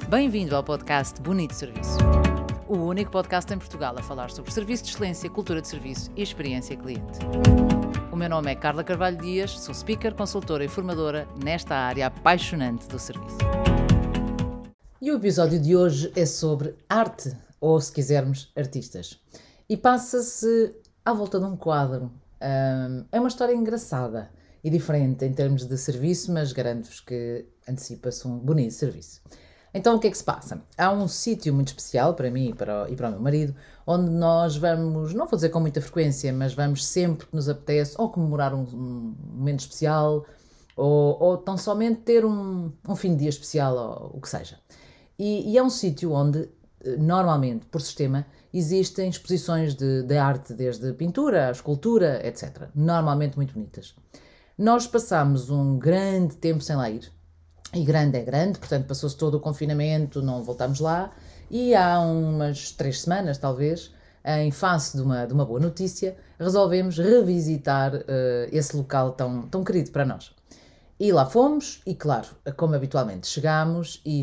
Bem-vindo ao podcast Bonito Serviço, o único podcast em Portugal a falar sobre serviço de excelência, cultura de serviço e experiência cliente. O meu nome é Carla Carvalho Dias, sou speaker, consultora e formadora nesta área apaixonante do serviço. E o episódio de hoje é sobre arte, ou se quisermos, artistas. E passa-se à volta de um quadro. É uma história engraçada e diferente em termos de serviço, mas garanto-vos que antecipa-se um bonito serviço. Então o que é que se passa? Há um sítio muito especial para mim e para o meu marido, onde nós vamos, não vou dizer com muita frequência, mas vamos sempre que nos apetece ou comemorar um momento especial ou tão somente ter um fim de dia especial ou o que seja. E é um sítio onde, normalmente, por sistema, existem exposições de arte, desde pintura, escultura, etc. Normalmente muito bonitas. Nós passámos um grande tempo sem lá ir. E grande é grande, portanto passou-se todo o confinamento, não voltámos lá, e há umas 3 semanas, talvez, em face de uma boa notícia, resolvemos revisitar esse local tão querido para nós. E lá fomos, e claro, como habitualmente, chegámos e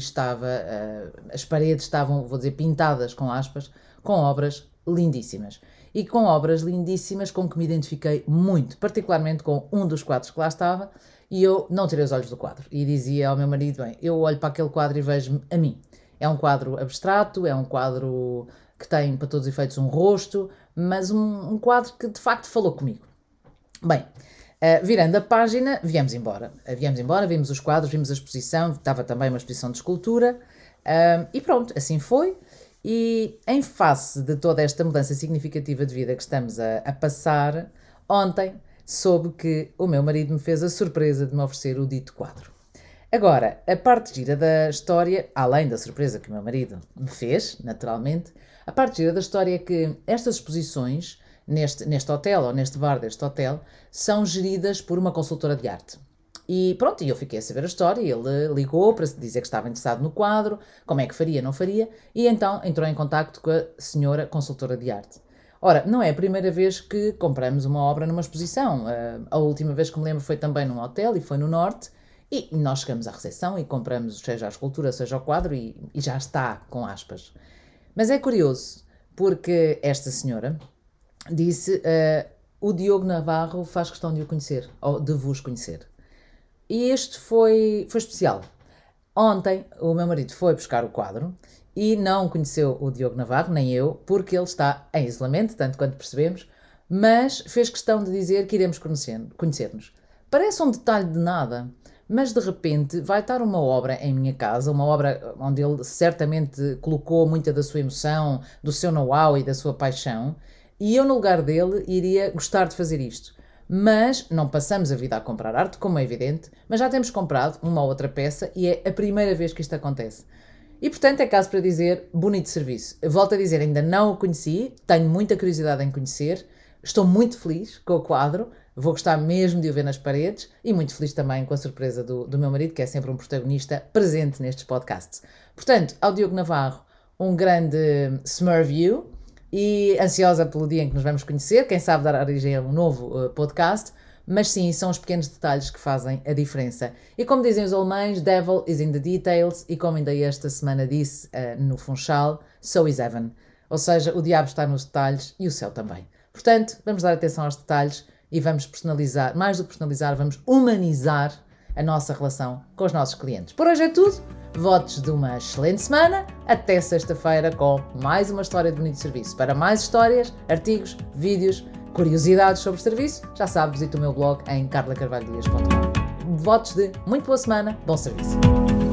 as paredes estavam, vou dizer, pintadas com aspas, com obras lindíssimas. E com obras lindíssimas com que me identifiquei muito, particularmente com um dos quadros que lá estava, e eu não tirei os olhos do quadro. E dizia ao meu marido, bem, eu olho para aquele quadro e vejo-me a mim. É um quadro abstrato, é um quadro que tem, para todos os efeitos, um rosto, mas um quadro que, de facto, falou comigo. Bem, virando a página, viemos embora. Vimos os quadros, vimos a exposição, estava também uma exposição de escultura, e pronto, assim foi. E em face de toda esta mudança significativa de vida que estamos a passar, ontem soube que o meu marido me fez a surpresa de me oferecer o dito quadro. Agora, a parte gira da história, além da surpresa que o meu marido me fez, naturalmente, a parte gira da história é que estas exposições, neste hotel, ou neste bar deste hotel, são geridas por uma consultora de arte. E pronto, eu fiquei a saber a história, ele ligou para dizer que estava interessado no quadro, como é que faria, não faria, e então entrou em contacto com a senhora consultora de arte. Ora, não é a primeira vez que compramos uma obra numa exposição. A última vez que me lembro foi também num hotel e foi no Norte, e nós chegamos à recepção e compramos seja a escultura, seja o quadro e já está, com aspas. Mas é curioso, porque esta senhora disse, o Diogo Navarro faz questão de o conhecer, ou de vos conhecer. E este foi especial. Ontem o meu marido foi buscar o quadro e não conheceu o Diogo Navarro, nem eu, porque ele está em isolamento, tanto quanto percebemos, mas fez questão de dizer que iremos conhecer-nos. Parece um detalhe de nada, mas de repente vai estar uma obra em minha casa, uma obra onde ele certamente colocou muita da sua emoção, do seu know-how e da sua paixão, e eu no lugar dele iria gostar de fazer isto. Mas não passamos a vida a comprar arte, como é evidente, mas já temos comprado uma ou outra peça e é a primeira vez que isto acontece. E portanto é caso para dizer, bonito serviço. Eu volto a dizer, ainda não o conheci, tenho muita curiosidade em conhecer, estou muito feliz com o quadro, vou gostar mesmo de o ver nas paredes e muito feliz também com a surpresa do meu marido, que é sempre um protagonista presente nestes podcasts. Portanto, ao Diogo Navarro, um grande Smurf you, e ansiosa pelo dia em que nos vamos conhecer, quem sabe dar origem a um novo podcast, mas sim, são os pequenos detalhes que fazem a diferença. E como dizem os alemães, devil is in the details, e como ainda esta semana disse no Funchal, so is heaven. Ou seja, o diabo está nos detalhes e o céu também. Portanto, vamos dar atenção aos detalhes e vamos personalizar, mais do que personalizar, vamos humanizar a nossa relação com os nossos clientes. Por hoje é tudo. Votos de uma excelente semana. Até sexta-feira com mais uma história de bonito serviço. Para mais histórias, artigos, vídeos, curiosidades sobre serviço, já sabe, visita o meu blog em carlacarvalhodias.com. Votos de muito boa semana, bom serviço.